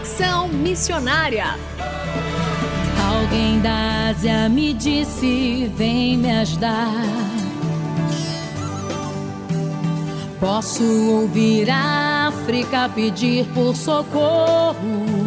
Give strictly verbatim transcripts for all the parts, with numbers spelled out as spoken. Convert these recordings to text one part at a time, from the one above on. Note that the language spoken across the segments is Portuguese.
Conexão Missionária. Alguém da Ásia me disse, vem me ajudar. Posso ouvir a África pedir por socorro.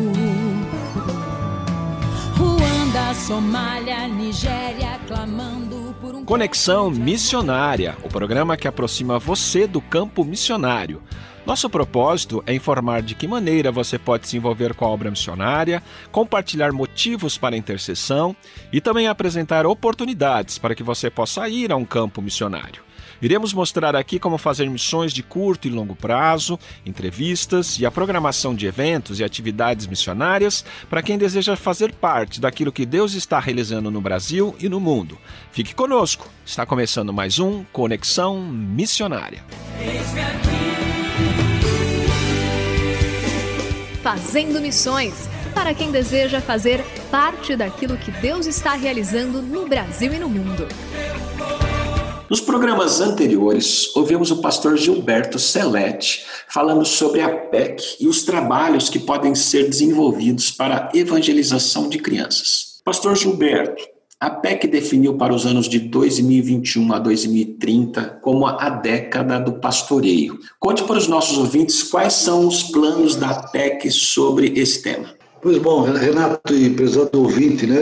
Ruanda, Somália, Nigéria, clamando por um... Conexão Missionária, o programa que aproxima você do campo missionário. Nosso propósito é informar de que maneira você pode se envolver com a obra missionária, compartilhar motivos para a intercessão e também apresentar oportunidades para que você possa ir a um campo missionário. Iremos mostrar aqui como fazer missões de curto e longo prazo, entrevistas e a programação de eventos e atividades missionárias para quem deseja fazer parte daquilo que Deus está realizando no Brasil e no mundo. Fique conosco, está começando mais um Conexão Missionária. Fazendo Missões, para quem deseja fazer parte daquilo que Deus está realizando no Brasil e no mundo. Nos programas anteriores, ouvimos o pastor Gilberto Celete falando sobre a P E C e os trabalhos que podem ser desenvolvidos para a evangelização de crianças. Pastor Gilberto, a P E C definiu para os anos de dois mil e vinte e um a dois mil e trinta como a década do pastoreio. Conte para os nossos ouvintes quais são os planos da P E C sobre esse tema. Pois bom, Renato e prezado ouvinte, né?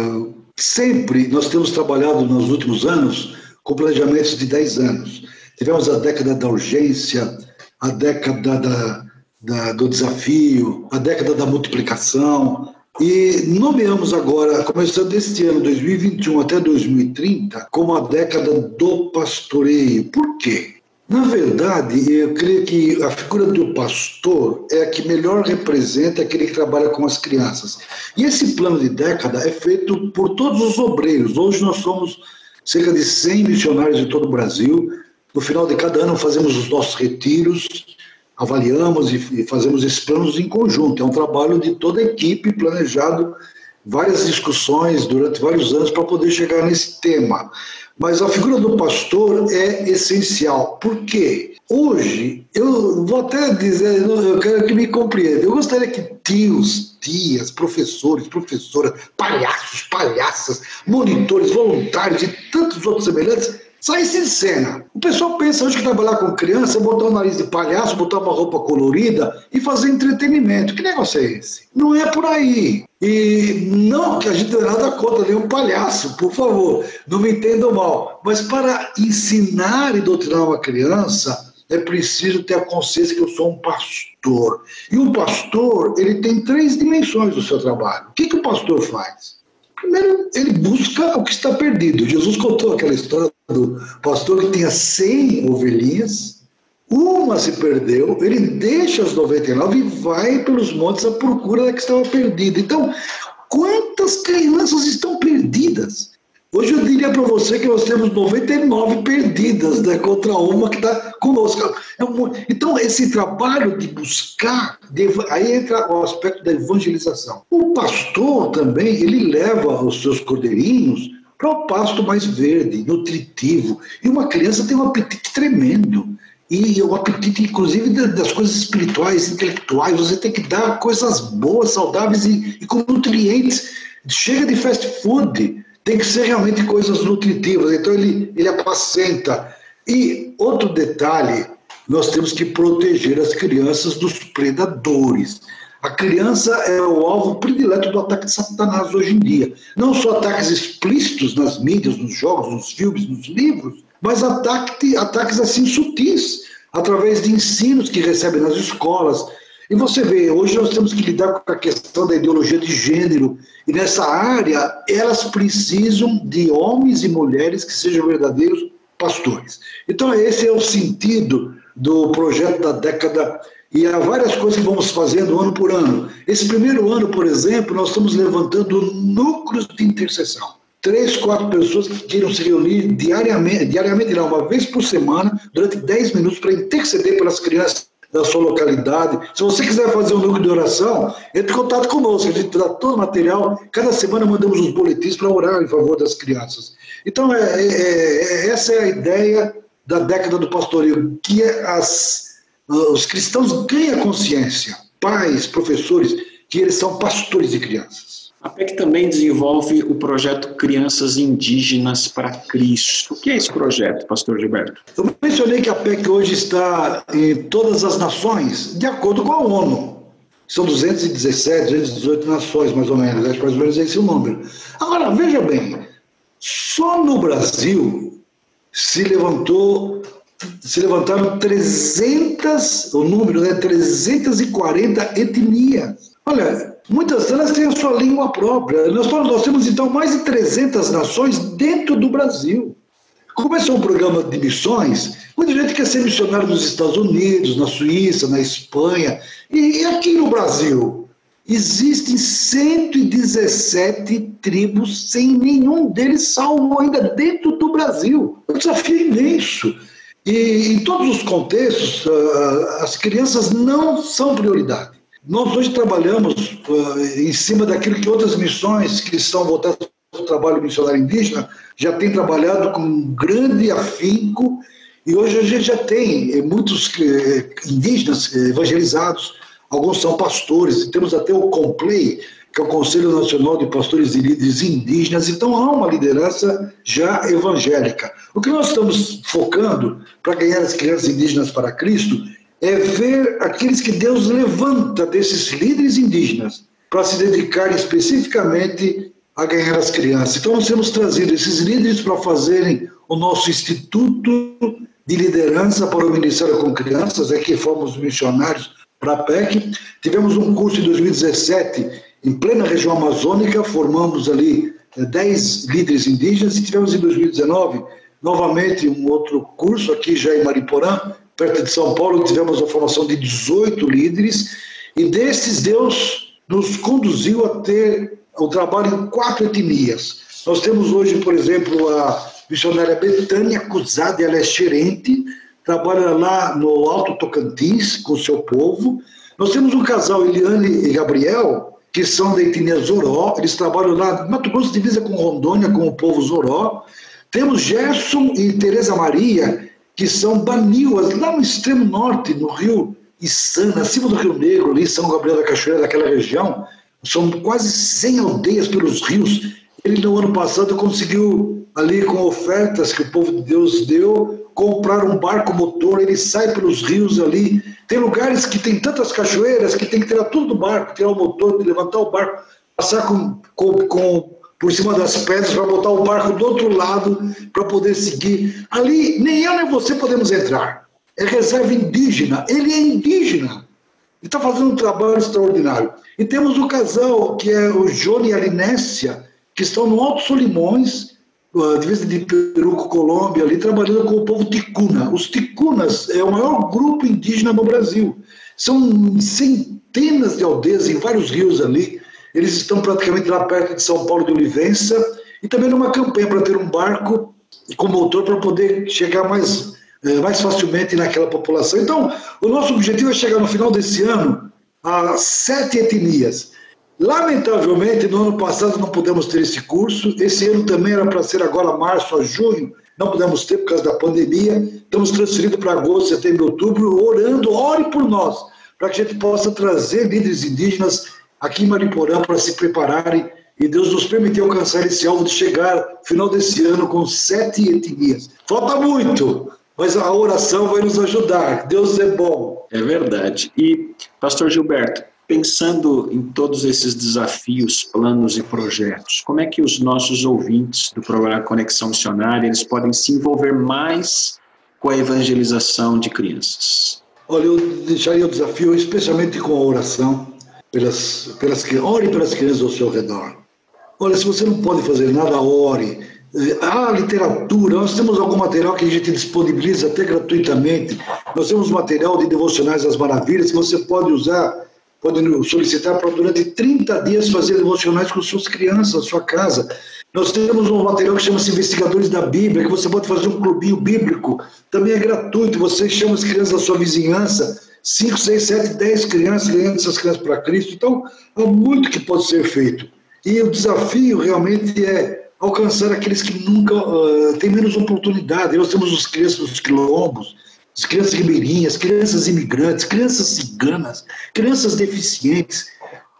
Sempre nós temos trabalhado nos últimos anos com planejamentos de dez anos. Tivemos a década da urgência, a década da, da, do desafio, a década da multiplicação. E nomeamos agora, começando este ano, dois mil e vinte e um até dois mil e trinta, como a década do pastoreio. Por quê? Na verdade, eu creio que a figura do pastor é a que melhor representa aquele que trabalha com as crianças. E esse plano de década é feito por todos os obreiros. Hoje nós somos cerca de cem missionários em todo o Brasil. No final de cada ano fazemos os nossos retiros, avaliamos e fazemos esses planos em conjunto. É um trabalho de toda a equipe, planejado, várias discussões durante vários anos para poder chegar nesse tema. Mas a figura do pastor é essencial. Por quê? Hoje, eu vou até dizer, eu quero que me compreenda, eu gostaria que tios, tias, professores, professoras, palhaços, palhaças, monitores, voluntários e tantos outros semelhantes saíssem em cena. O pessoal pensa hoje que trabalhar com criança é botar o nariz de palhaço, botar uma roupa colorida e fazer entretenimento. Que negócio é esse? Não é por aí. E não que a gente não tenha nada contra nenhum palhaço, por favor, não me entendam mal. Mas para ensinar e doutrinar uma criança, é preciso ter a consciência que eu sou um pastor. E um pastor, ele tem três dimensões do seu trabalho. O que, que o pastor faz? Primeiro, ele busca o que está perdido. Jesus contou aquela história do pastor que tinha cem ovelhinhas, uma se perdeu, ele deixa as noventa e nove e vai pelos montes à procura da que estava perdida. Então, quantas crianças estão perdidas? Hoje eu diria para você que nós temos noventa e nove perdidas, né, contra uma que está conosco. É um, então, esse trabalho de buscar, de, aí entra o aspecto da evangelização. O pastor também, ele leva os seus cordeirinhos para o pasto mais verde, nutritivo. E uma criança tem um apetite tremendo. E o apetite, inclusive, das coisas espirituais, intelectuais. Você tem que dar coisas boas, saudáveis e, e com nutrientes. Chega de fast food. Tem que ser realmente coisas nutritivas, então ele, ele apacenta. E outro detalhe, nós temos que proteger as crianças dos predadores. A criança é o alvo predileto do ataque de Satanás hoje em dia. Não só ataques explícitos nas mídias, nos jogos, nos filmes, nos livros, mas ataque, ataques assim sutis, através de ensinos que recebem nas escolas. E você vê, hoje nós temos que lidar com a questão da ideologia de gênero, e nessa área elas precisam de homens e mulheres que sejam verdadeiros pastores. Então esse é o sentido do projeto da década, e há várias coisas que vamos fazendo ano por ano. Esse primeiro ano, por exemplo, nós estamos levantando núcleos de intercessão. Três, quatro pessoas que queiram se reunir diariamente, diariamente não, uma vez por semana, durante dez minutos, para interceder pelas crianças da sua localidade. Se você quiser fazer um núcleo de oração, entre em contato conosco, a gente dá todo o material, cada semana mandamos os boletins para orar em favor das crianças. Então, é, é, é, essa é a ideia da década do pastoreio, que é as, os cristãos ganham consciência, pais, professores, que eles são pastores de crianças. A P E C também desenvolve o projeto Crianças Indígenas para Cristo. O que é esse projeto, pastor Gilberto? Eu mencionei que a P E C hoje está em todas as nações, de acordo com a ONU. São duzentas e dezessete, duzentas e dezoito nações, mais ou menos. Acho que mais ou menos é esse o número. Agora, veja bem, só no Brasil se levantou, se levantaram trezentas, o número é trezentas e quarenta etnias. Olha, muitas delas têm a sua língua própria. Nós, nós temos, então, mais de trezentas nações dentro do Brasil. Começou um programa de missões, muita gente quer ser missionário nos Estados Unidos, na Suíça, na Espanha, e, e aqui no Brasil existem cento e dezessete tribos sem nenhum deles salvo ainda dentro do Brasil. É um desafio imenso. E em todos os contextos, as crianças não são prioridade. Nós hoje trabalhamos em cima daquilo que outras missões que são voltadas para o trabalho missionário indígena já têm trabalhado com um grande afinco, e hoje a gente já tem muitos indígenas evangelizados, alguns são pastores, e temos até o CONPLEI, que é o Conselho Nacional de Pastores e Líderes Indígenas, então há uma liderança já evangélica. O que nós estamos focando para ganhar as crianças indígenas para Cristo é ver aqueles que Deus levanta desses líderes indígenas para se dedicarem especificamente a ganhar as crianças. Então nós temos trazido esses líderes para fazerem o nosso Instituto de Liderança para o Ministério com Crianças, aqui fomos missionários para a P E C. Tivemos um curso em dois mil e dezessete, em plena região amazônica, formamos ali dez líderes indígenas, e tivemos em dois mil e dezenove, novamente, um outro curso aqui já em Mariporã, perto de São Paulo, tivemos a formação de dezoito líderes, e desses Deus nos conduziu a ter o trabalho em quatro etnias. Nós temos hoje, por exemplo, a missionária Betânia Cusade, ela é xerente, trabalha lá no Alto Tocantins com o seu povo. Nós temos um casal, Eliane e Gabriel, que são da etnia Zoró, eles trabalham lá no Mato Grosso, divisa com Rondônia, com o povo Zoró. Temos Gerson e Tereza Maria, que são baniuas, lá no extremo norte, no rio Içana, acima do Rio Negro, ali, São Gabriel da Cachoeira, daquela região. São quase cem aldeias pelos rios. Ele, no ano passado, conseguiu, ali com ofertas que o povo de Deus deu, comprar um barco motor. Ele sai pelos rios ali. Tem lugares que tem tantas cachoeiras que tem que tirar tudo do barco, tirar o motor, levantar o barco, passar com, com, com, por cima das pedras para botar o barco do outro lado para poder seguir. Ali, nem eu nem você podemos entrar. É reserva indígena. Ele é indígena. Ele está fazendo um trabalho extraordinário. E temos o casal, que é o Johnny e a Linécia, que estão no Alto Solimões, divisa de Peru com Colômbia, ali, trabalhando com o povo ticuna. Os ticunas é o maior grupo indígena no Brasil. São centenas de aldeias em vários rios ali. Eles estão praticamente lá perto de São Paulo de Olivença, e também numa campanha para ter um barco com motor para poder chegar mais, mais facilmente naquela população. Então, o nosso objetivo é chegar no final desse ano a sete etnias. Lamentavelmente, no ano passado não pudemos ter esse curso. Esse ano também era para ser agora março a junho, não pudemos ter por causa da pandemia. Estamos transferindo para agosto, setembro, outubro, orando, ore por nós, para que a gente possa trazer líderes indígenas aqui em Mariporã para se prepararem, e Deus nos permitiu alcançar esse alvo de chegar no final desse ano com sete etnias. Falta muito, mas a oração vai nos ajudar. Deus é bom. É verdade. E, pastor Gilberto, pensando em todos esses desafios, planos e projetos, como é que os nossos ouvintes do programa Conexão Missionária, eles podem se envolver mais com a evangelização de crianças? Olha, eu deixaria o desafio, especialmente com a oração, pelas, pelas, ore pelas crianças ao seu redor. Olha, se você não pode fazer nada, ore. Há literatura, nós temos algum material que a gente disponibiliza até gratuitamente. Nós temos material de devocionais das maravilhas que você pode usar, pode solicitar para durante trinta dias fazer devocionais com suas crianças, na sua casa. Nós temos um material que chama-se Investigadores da Bíblia, que você pode fazer um clubinho bíblico, também é gratuito. Você chama as crianças da sua vizinhança, cinco, seis, sete, dez crianças, ganhando essas crianças para Cristo. Então, há muito que pode ser feito. E o desafio realmente é alcançar aqueles que nunca uh, têm menos oportunidade. Nós temos as crianças dos quilombos, as crianças ribeirinhas, crianças imigrantes, crianças ciganas, crianças deficientes.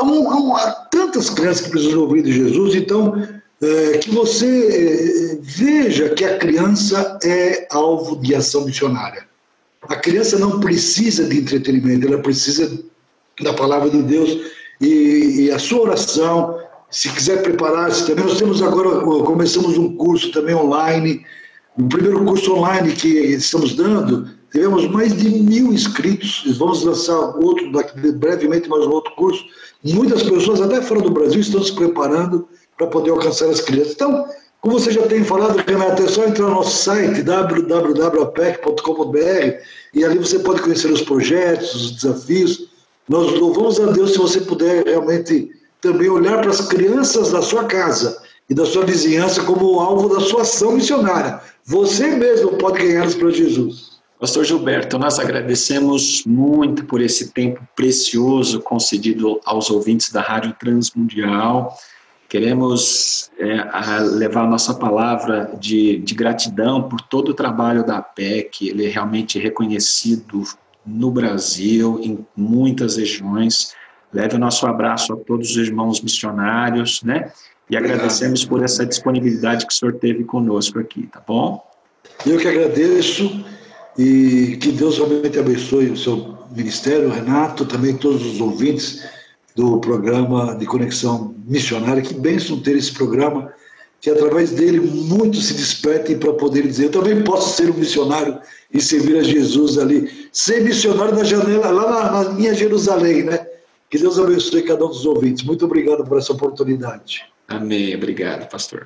há, um, há, um, há tantas crianças que precisam ouvir de Jesus, então é, que você veja que a criança é alvo de ação missionária. A criança não precisa de entretenimento, ela precisa da palavra de Deus e, e a sua oração, se quiser preparar-se também. Nós temos agora, começamos um curso também online, o primeiro curso online que estamos dando, tivemos mais de mil inscritos, vamos lançar outro, brevemente mais um outro curso. Muitas pessoas, até fora do Brasil, estão se preparando para poder alcançar as crianças. Então, como você já tem falado, Renato, é só entrar no nosso site, w w w ponto a p e c ponto com ponto b r, e ali você pode conhecer os projetos, os desafios. Nós louvamos a Deus se você puder realmente também olhar para as crianças da sua casa e da sua vizinhança como alvo da sua ação missionária. Você mesmo pode ganhá-los para Jesus. Pastor Gilberto, nós agradecemos muito por esse tempo precioso concedido aos ouvintes da Rádio Transmundial. Queremos é, a levar a nossa palavra de, de gratidão por todo o trabalho da A P E C. Ele é realmente reconhecido no Brasil, em muitas regiões. Leve o nosso abraço a todos os irmãos missionários, né? E agradecemos por essa disponibilidade que o senhor teve conosco aqui, tá bom? Eu que agradeço e que Deus realmente abençoe o seu ministério, Renato, também todos os ouvintes do programa de Conexão Missionária. Que bênção ter esse programa, que através dele muitos se despertem para poder dizer: eu também posso ser um missionário e servir a Jesus ali, ser missionário na janela, lá na, na minha Jerusalém, né? Que Deus abençoe cada um dos ouvintes. Muito obrigado por essa oportunidade. Amém. Obrigado, pastor.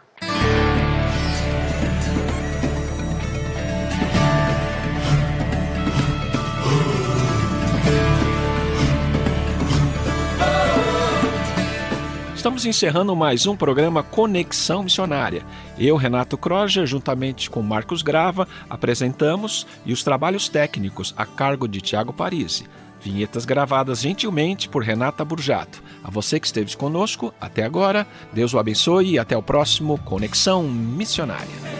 Estamos encerrando mais um programa Conexão Missionária. Eu, Renato Kroger, juntamente com Marcos Grava, apresentamos, e os trabalhos técnicos a cargo de Tiago Parisi. Vinhetas gravadas gentilmente por Renata Burjato. A você que esteve conosco até agora, Deus o abençoe e até o próximo Conexão Missionária.